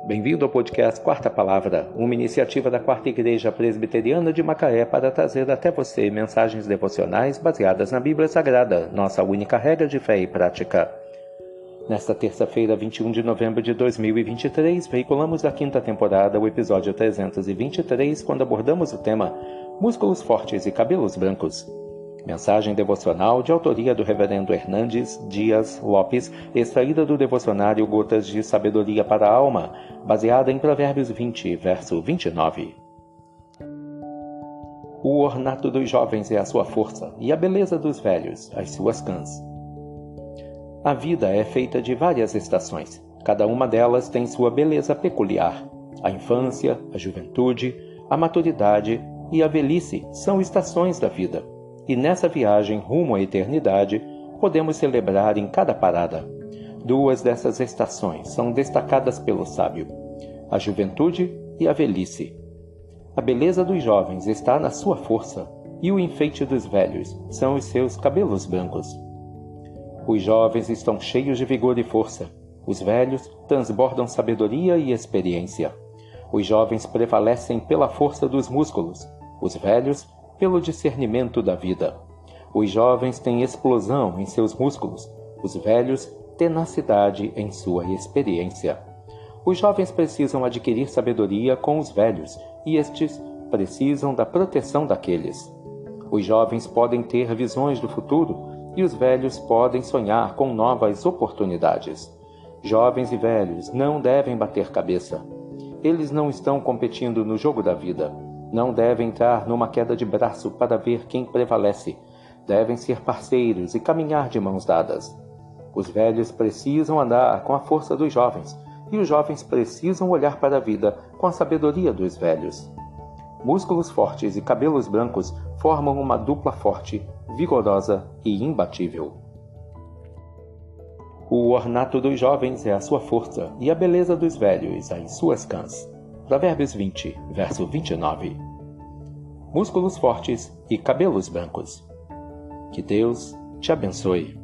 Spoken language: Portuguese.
Bem-vindo ao podcast Quarta Palavra, uma iniciativa da Quarta Igreja Presbiteriana de Macaé para trazer até você mensagens devocionais baseadas na Bíblia Sagrada, nossa única regra de fé e prática. Nesta terça-feira, 21 de novembro de 2023, veiculamos da quinta temporada o episódio 323, quando abordamos o tema Músculos Fortes e Cabelos Brancos. Mensagem devocional de autoria do reverendo Hernandes Dias Lopes, extraída do devocionário Gotas de Sabedoria para a Alma, baseada em Provérbios 20, verso 29. O ornato dos jovens é a sua força, e a beleza dos velhos, as suas cãs. A vida é feita de várias estações. Cada uma delas tem sua beleza peculiar. A infância, a juventude, a maturidade e a velhice são estações da vida. E nessa viagem rumo à eternidade, podemos celebrar em cada parada. Duas dessas estações são destacadas pelo sábio: a juventude e a velhice. A beleza dos jovens está na sua força, e o enfeite dos velhos são os seus cabelos brancos. Os jovens estão cheios de vigor e força. Os velhos transbordam sabedoria e experiência. Os jovens prevalecem pela força dos músculos. Os velhos pelo discernimento da vida. Os jovens têm explosão em seus músculos, os velhos tenacidade em sua experiência. Os jovens precisam adquirir sabedoria com os velhos, e estes precisam da proteção daqueles. Os jovens podem ter visões do futuro, e os velhos podem sonhar com novas oportunidades. Jovens e velhos não devem bater cabeça. Eles não estão competindo no jogo da vida. Não devem entrar numa queda de braço para ver quem prevalece. Devem ser parceiros e caminhar de mãos dadas. Os velhos precisam andar com a força dos jovens, e os jovens precisam olhar para a vida com a sabedoria dos velhos. Músculos fortes e cabelos brancos formam uma dupla forte, vigorosa e imbatível. O ornato dos jovens é a sua força, e a beleza dos velhos as suas cãs. Provérbios 20, verso 29. Músculos fortes e cabelos brancos. Que Deus te abençoe.